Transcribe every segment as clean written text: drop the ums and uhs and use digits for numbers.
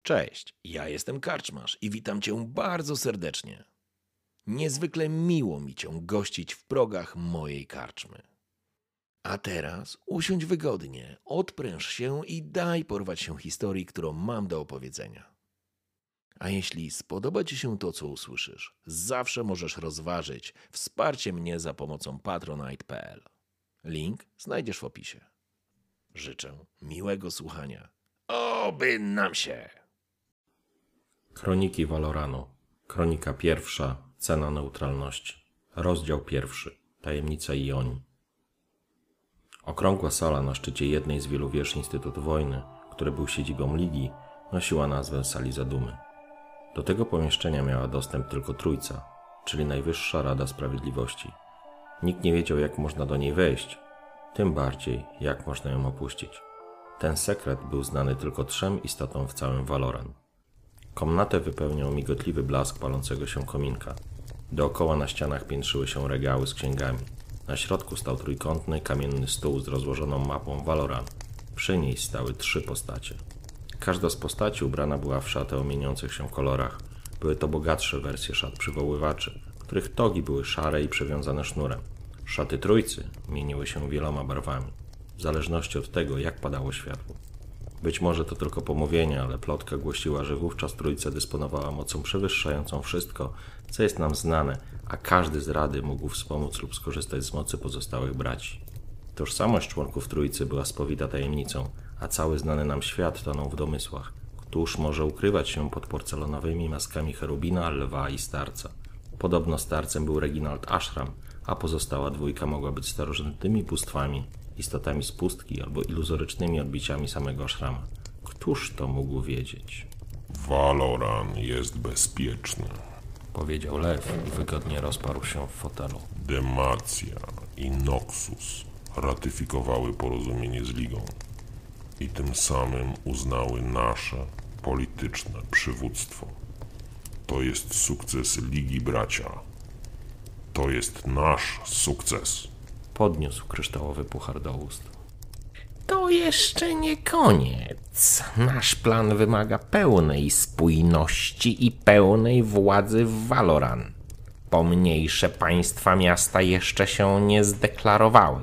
Cześć, ja jestem Karczmarz i witam Cię bardzo serdecznie. Niezwykle miło mi Cię gościć w progach mojej karczmy. A teraz usiądź wygodnie, odpręż się i daj porwać się historii, którą mam do opowiedzenia. A jeśli spodoba Ci się to, co usłyszysz, zawsze możesz rozważyć wsparcie mnie za pomocą patronite.pl. Link znajdziesz w opisie. Życzę miłego słuchania. Oby nam się! Kroniki Valoranu. Kronika pierwsza. Cena neutralności. Rozdział pierwszy. Tajemnica Ionii. Okrągła sala na szczycie jednej z wielu wież Instytutu Wojny, który był siedzibą Ligi, nosiła nazwę Sali Zadumy. Do tego pomieszczenia miała dostęp tylko Trójca, czyli Najwyższa Rada Sprawiedliwości. Nikt nie wiedział, jak można do niej wejść, tym bardziej, jak można ją opuścić. Ten sekret był znany tylko 3 istotom w całym Valoran. Komnatę wypełniał migotliwy blask palącego się kominka. Dookoła na ścianach piętrzyły się regały z księgami. Na środku stał trójkątny, kamienny stół z rozłożoną mapą Valoran. Przy niej stały 3 postacie. Każda z postaci ubrana była w szatę o mieniących się kolorach. Były to bogatsze wersje szat przywoływaczy, których togi były szare i przewiązane sznurem. Szaty Trójcy mieniły się wieloma barwami, w zależności od tego, jak padało światło. Być może to tylko pomówienie, ale plotka głosiła, że wówczas Trójca dysponowała mocą przewyższającą wszystko, co jest nam znane, a każdy z Rady mógł wspomóc lub skorzystać z mocy pozostałych braci. Tożsamość członków Trójcy była spowita tajemnicą, a cały znany nam świat tonął w domysłach. Któż może ukrywać się pod porcelanowymi maskami Cherubina, Lwa i Starca? Podobno Starcem był Reginald Ashram, a pozostała dwójka mogła być starożytnymi bóstwami, istotami z pustki albo iluzorycznymi odbiciami samego Ashrama. Któż to mógł wiedzieć? Valoran jest bezpieczny. Powiedział Lew i wygodnie rozparł się w fotelu. Demacja i Noxus ratyfikowały porozumienie z Ligą i tym samym uznały nasze polityczne przywództwo. To jest sukces Ligi, bracia. To jest nasz sukces. Podniósł kryształowy puchar do ust. To jeszcze nie koniec. Nasz plan wymaga pełnej spójności i pełnej władzy w Valoran. Pomniejsze państwa miasta jeszcze się nie zdeklarowały.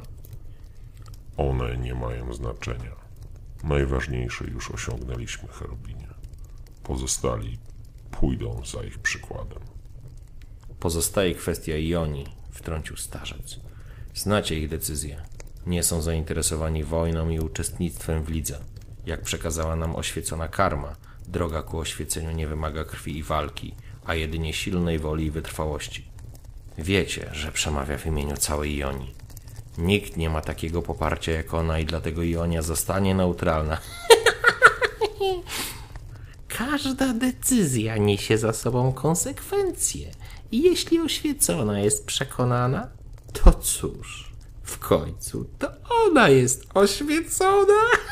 One nie mają znaczenia. Najważniejsze już osiągnęliśmy, Cherubinie. Pozostali pójdą za ich przykładem. Pozostaje kwestia Ionii, wtrącił starzec. Znacie ich decyzję. Nie są zainteresowani wojną i uczestnictwem w lidze. Jak przekazała nam oświecona karma, droga ku oświeceniu nie wymaga krwi i walki, a jedynie silnej woli i wytrwałości. Wiecie, że przemawia w imieniu całej Ionii. Nikt nie ma takiego poparcia jak ona i dlatego Ionia zostanie neutralna. Każda decyzja niesie za sobą konsekwencje. I jeśli oświecona jest przekonana, to cóż, w końcu to ona jest oświecona.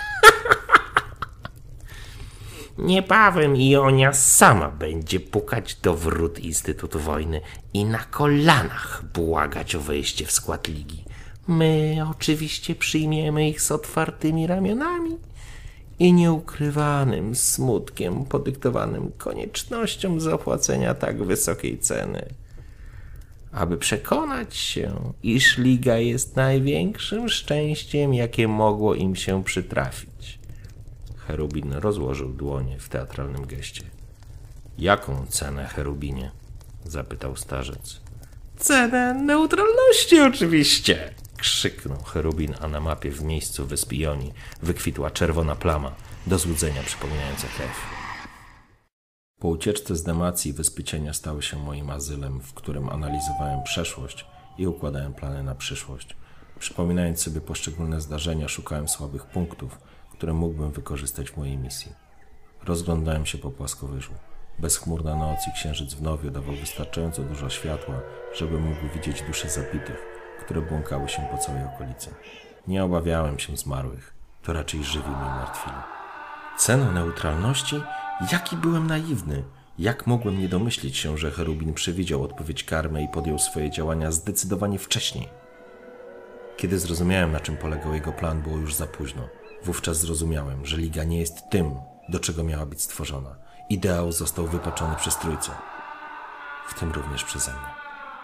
Niebawem Ionia sama będzie pukać do wrót Instytutu Wojny i na kolanach błagać o wejście w skład Ligi. My oczywiście przyjmiemy ich z otwartymi ramionami i nieukrywanym smutkiem podyktowanym koniecznością zapłacenia tak wysokiej ceny. Aby przekonać się, iż Liga jest największym szczęściem, jakie mogło im się przytrafić. Cherubin rozłożył dłonie w teatralnym geście. Jaką cenę, Cherubinie? Zapytał starzec. Cenę neutralności oczywiście! Krzyknął Cherubin, a na mapie w miejscu wyspy Ionii wykwitła czerwona plama, do złudzenia przypominająca krew. Po ucieczce z Demacji wyspy cienia stały się moim azylem, w którym analizowałem przeszłość i układałem plany na przyszłość. Przypominając sobie poszczególne zdarzenia, szukałem słabych punktów, które mógłbym wykorzystać w mojej misji. Rozglądałem się po płaskowyżu. Bezchmurna noc i księżyc w nowiu dawał wystarczająco dużo światła, żebym mógł widzieć dusze zabitych, które błąkały się po całej okolicy. Nie obawiałem się zmarłych, to raczej żywi mnie martwili. Cenę neutralności? Jaki byłem naiwny! Jak mogłem nie domyślić się, że Cherubin przewidział odpowiedź karmy i podjął swoje działania zdecydowanie wcześniej? Kiedy zrozumiałem, na czym polegał jego plan, było już za późno. Wówczas zrozumiałem, że Liga nie jest tym, do czego miała być stworzona. Ideał został wypaczony przez Trójcę, w tym również przeze mnie.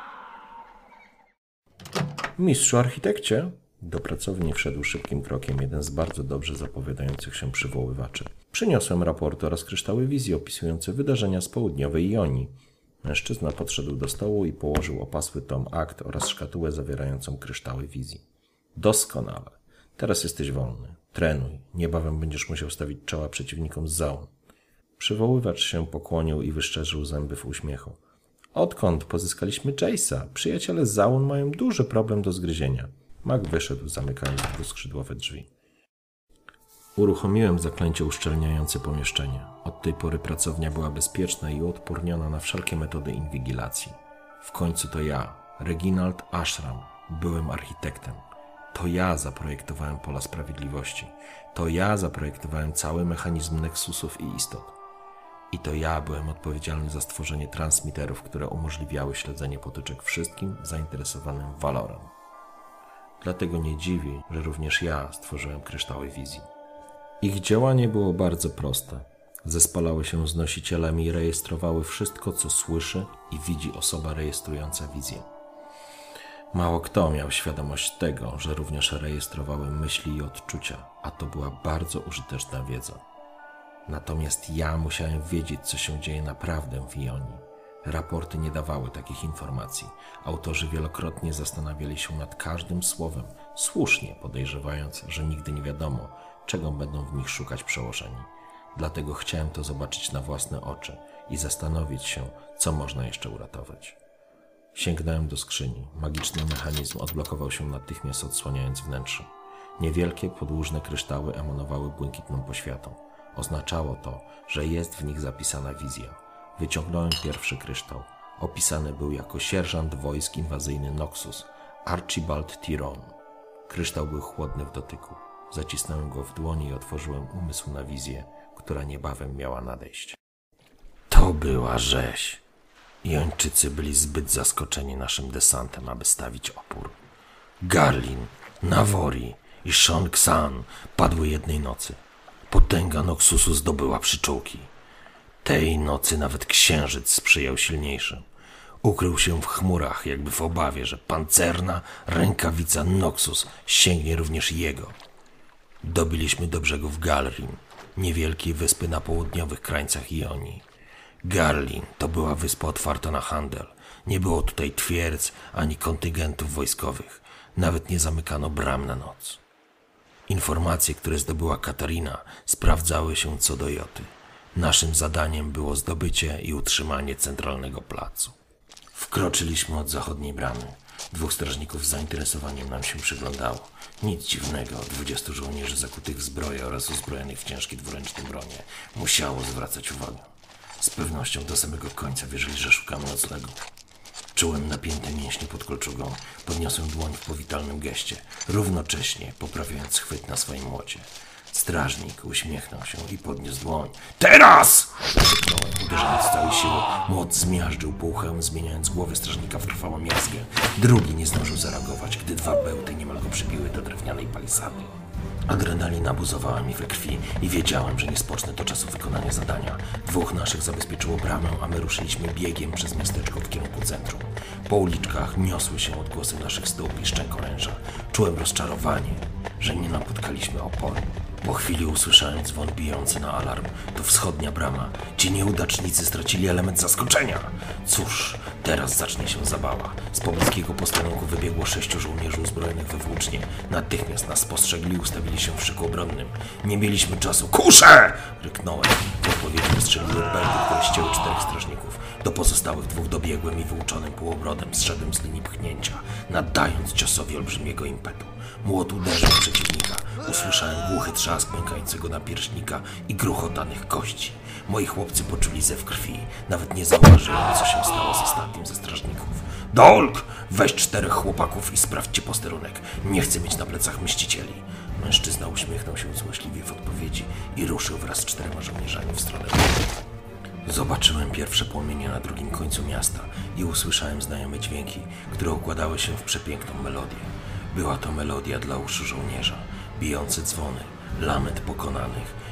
Mistrzu architekcie, do pracowni wszedł szybkim krokiem jeden z bardzo dobrze zapowiadających się przywoływaczy. Przyniosłem raport oraz kryształy wizji opisujące wydarzenia z południowej Jonii. Mężczyzna podszedł do stołu i położył opasły tom akt oraz szkatułę zawierającą kryształy wizji. Doskonale. Teraz jesteś wolny. Trenuj. Niebawem będziesz musiał stawić czoła przeciwnikom z Zaun. Przywoływacz się pokłonił i wyszczerzył zęby w uśmiechu. Odkąd pozyskaliśmy Jace'a, przyjaciele z Zaun mają duży problem do zgryzienia. Mag wyszedł, zamykając dwuskrzydłowe drzwi. Uruchomiłem zaklęcie uszczelniające pomieszczenie. Od tej pory pracownia była bezpieczna i uodporniona na wszelkie metody inwigilacji. W końcu to ja, Reginald Ashram, byłem architektem. To ja zaprojektowałem Pola Sprawiedliwości. To ja zaprojektowałem cały mechanizm neksusów i istot. I to ja byłem odpowiedzialny za stworzenie transmiterów, które umożliwiały śledzenie potyczek wszystkim zainteresowanym walorem. Dlatego nie dziwi, że również ja stworzyłem kryształy wizji. Ich działanie było bardzo proste. Zespalały się z nosicielem i rejestrowały wszystko, co słyszy i widzi osoba rejestrująca wizję. Mało kto miał świadomość tego, że również rejestrowały myśli i odczucia, a to była bardzo użyteczna wiedza. Natomiast ja musiałem wiedzieć, co się dzieje naprawdę w Jonii. Raporty nie dawały takich informacji. Autorzy wielokrotnie zastanawiali się nad każdym słowem, słusznie podejrzewając, że nigdy nie wiadomo, czego będą w nich szukać przełożeni. Dlatego chciałem to zobaczyć na własne oczy i zastanowić się, co można jeszcze uratować. Sięgnąłem do skrzyni. Magiczny mechanizm odblokował się natychmiast, odsłaniając wnętrze. Niewielkie, podłużne kryształy emanowały błękitną poświatą. Oznaczało to, że jest w nich zapisana wizja. Wyciągnąłem pierwszy kryształ. Opisany był jako sierżant wojsk inwazyjny Noxus, Archibald Tyrone. Kryształ był chłodny w dotyku. Zacisnąłem go w dłoni i otworzyłem umysł na wizję, która niebawem miała nadejść. To była rzeź. Jończycy byli zbyt zaskoczeni naszym desantem, aby stawić opór. Garlin, Nawori i Shon Xan padły jednej nocy. Potęga Noxusu zdobyła przyczółki. Tej nocy nawet księżyc sprzyjał silniejszym. Ukrył się w chmurach, jakby w obawie, że pancerna rękawica Noxus sięgnie również jego. Dobiliśmy do brzegów Galrim, niewielkiej wyspy na południowych krańcach Jonii. Garlin to była wyspa otwarta na handel. Nie było tutaj twierdz ani kontyngentów wojskowych. Nawet nie zamykano bram na noc. Informacje, które zdobyła Katarina, sprawdzały się co do joty. Naszym zadaniem było zdobycie i utrzymanie centralnego placu. Wkroczyliśmy od zachodniej bramy. 2 strażników z zainteresowaniem nam się przyglądało. Nic dziwnego, 20 żołnierzy zakutych w zbroję oraz uzbrojonych w ciężkie dwuręczne bronie musiało zwracać uwagę. Z pewnością do samego końca wierzyli, że szukamy noclegu. Czułem napięte mięśnie pod kolczugą. Podniosłem dłoń w powitalnym geście, równocześnie poprawiając chwyt na swoim młocie. Strażnik uśmiechnął się i podniósł dłoń. Teraz! Krzyknąłem, uderzając z całej siły. Młot zmiażdżył półchełm, zmieniając głowę strażnika w krwawą miazgę. Drugi nie zdążył zareagować, gdy 2 bełty niemal go przybiły do drewnianej palisady. Adrenalina buzowała mi we krwi i wiedziałem, że nie spocznę do czasu wykonania zadania. 2 naszych zabezpieczyło bramę, a my ruszyliśmy biegiem przez miasteczko w kierunku centrum. Po uliczkach niosły się odgłosy naszych stóp i szczęk oręża. Czułem rozczarowanie, że nie napotkaliśmy oporu. Po chwili usłyszałem dzwon bijący na alarm. To wschodnia brama. Ci nieudacznicy stracili element zaskoczenia. Cóż, teraz zacznie się zabawa. Z pobliskiego posterunku wybiegło 6 żołnierzy uzbrojonych we włócznie. Natychmiast nas spostrzegli i ustawili się w szyku obronnym. Nie mieliśmy czasu. Kusze! Ryknąłem. W odpowiedzi wystrzeliły belty, które ścięły 4 strażników. Do pozostałych 2 dobiegłem i wyuczonym półobrodem zszedłem z linii pchnięcia, naddając ciosowi olbrzymiego impetu. Młot uderzył przeciwnika. Usłyszałem głuchy trzask pękającego napierśnika i gruchotanych kości. Moi chłopcy poczuli zew krwi. Nawet nie zauważyłem, co się stało z ostatnim ze strażników. Dolk! Weź 4 chłopaków i sprawdźcie posterunek. Nie chcę mieć na plecach mścicieli. Mężczyzna uśmiechnął się złośliwie w odpowiedzi i ruszył wraz z 4 żołnierzami w stronę góry. Zobaczyłem pierwsze płomienie na drugim końcu miasta i usłyszałem znajome dźwięki, które układały się w przepiękną melodię. Była to melodia dla uszu żołnierza, bijące dzwony, lament pokonanych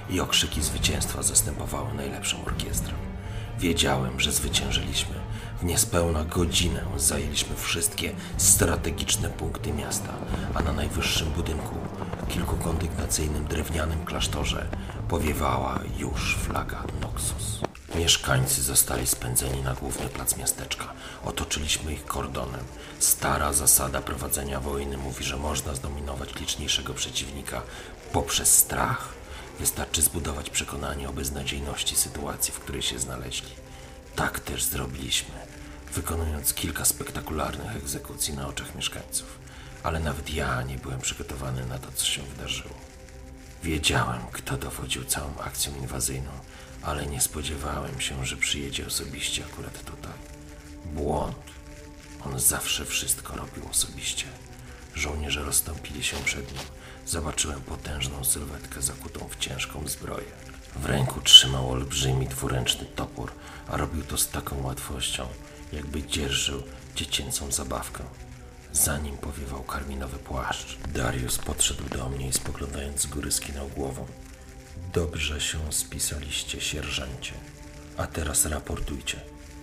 i okrzyki zwycięstwa zastępowały najlepszą orkiestrę. Wiedziałem, że zwyciężyliśmy. W niespełna godzinę zajęliśmy wszystkie strategiczne punkty miasta, a na najwyższym budynku, kilkukondygnacyjnym drewnianym klasztorze, powiewała już flaga Noxus. Mieszkańcy zostali spędzeni na główny plac miasteczka. Otoczyliśmy ich kordonem. Stara zasada prowadzenia wojny mówi, że można zdominować liczniejszego przeciwnika poprzez strach. Wystarczy zbudować przekonanie o beznadziejności sytuacji, w której się znaleźli. Tak też zrobiliśmy, wykonując kilka spektakularnych egzekucji na oczach mieszkańców. Ale nawet ja nie byłem przygotowany na to, co się wydarzyło. Wiedziałem, kto dowodził całą akcją inwazyjną, ale nie spodziewałem się, że przyjedzie osobiście akurat tutaj. Błąd. On zawsze wszystko robił osobiście. Żołnierze rozstąpili się przed nim. Zobaczyłem potężną sylwetkę zakutą w ciężką zbroję. W ręku trzymał olbrzymi dwuręczny topór, a robił to z taką łatwością, jakby dzierżył dziecięcą zabawkę. Za nim powiewał karminowy płaszcz. Darius podszedł do mnie i spoglądając z góry skinął głową. Dobrze się spisaliście, sierżancie. A teraz raportujcie.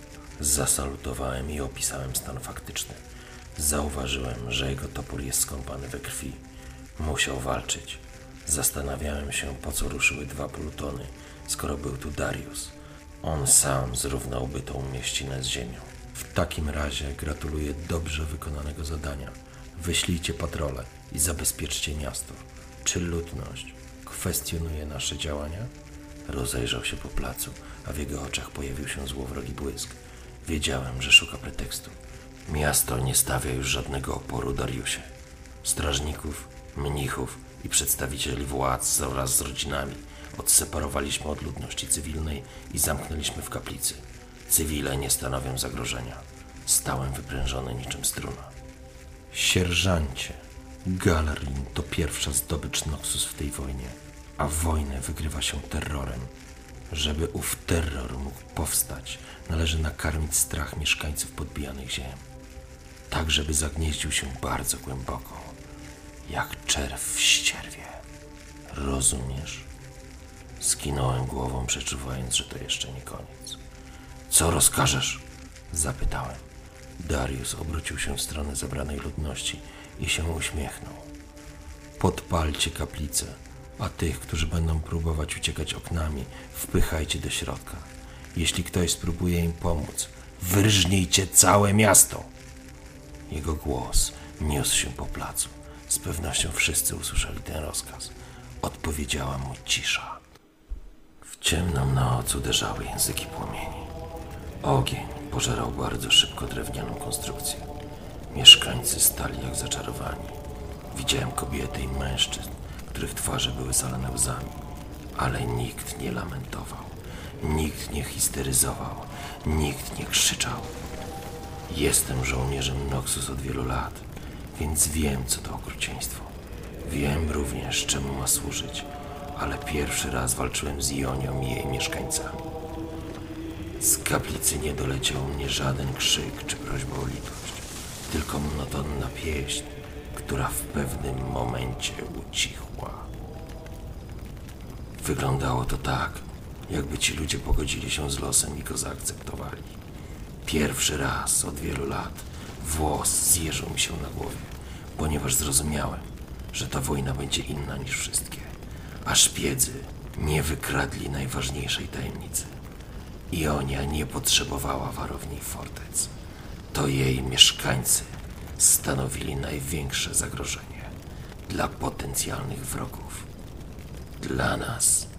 Zasalutowałem i opisałem stan faktyczny. Zauważyłem, że jego topór jest skąpany we krwi. Musiał walczyć. Zastanawiałem się, po co ruszyły 2 plutony, skoro był tu Darius. On sam zrównałby tą mieścinę z ziemią. W takim razie gratuluję dobrze wykonanego zadania. Wyślijcie patrole i zabezpieczcie miasto. Czy ludność kwestionuje nasze działania? Rozejrzał się po placu, a w jego oczach pojawił się złowrogi błysk. Wiedziałem, że szuka pretekstu. Miasto nie stawia już żadnego oporu Dariusie. Strażników, mnichów i przedstawicieli władz wraz z rodzinami odseparowaliśmy od ludności cywilnej i zamknęliśmy w kaplicy. Cywile nie stanowią zagrożenia. Stałem wyprężony niczym struna. Sierżancie, Galarlin to pierwsza zdobycz Noxus w tej wojnie, a wojnę wygrywa się terrorem. Żeby ów terror mógł powstać, należy nakarmić strach mieszkańców podbijanych ziem. Tak, żeby zagnieździł się bardzo głęboko, jak czerw w ścierwie. Rozumiesz? Skinąłem głową, przeczuwając, że to jeszcze nie koniec. Co rozkażesz? Zapytałem. Darius obrócił się w stronę zebranej ludności i się uśmiechnął. Podpalcie kaplicę, a tych, którzy będą próbować uciekać oknami, wpychajcie do środka. Jeśli ktoś spróbuje im pomóc, wyrżnijcie całe miasto. Jego głos niósł się po placu. Z pewnością wszyscy usłyszeli ten rozkaz. Odpowiedziała mu cisza. W ciemną noc uderzały języki płomieni. Ogień pożerał bardzo szybko drewnianą konstrukcję. Mieszkańcy stali jak zaczarowani. Widziałem kobiety i mężczyzn, których twarze były zalane łzami, ale nikt nie lamentował, nikt nie histeryzował, nikt nie krzyczał. Jestem żołnierzem Noxus od wielu lat, więc wiem, co to okrucieństwo. Wiem również, czemu ma służyć, ale pierwszy raz walczyłem z Ionią i jej mieszkańcami. Z kaplicy nie doleciał mnie żaden krzyk czy prośba o litość, tylko monotonna pieśń, która w pewnym momencie ucichła. Wyglądało to tak, jakby ci ludzie pogodzili się z losem i go zaakceptowali. Pierwszy raz od wielu lat włos zjeżył mi się na głowie, ponieważ zrozumiałem, że ta wojna będzie inna niż wszystkie, a szpiedzy nie wykradli najważniejszej tajemnicy. Ionia nie potrzebowała warowni fortec. To jej mieszkańcy stanowili największe zagrożenie dla potencjalnych wrogów. Dla nas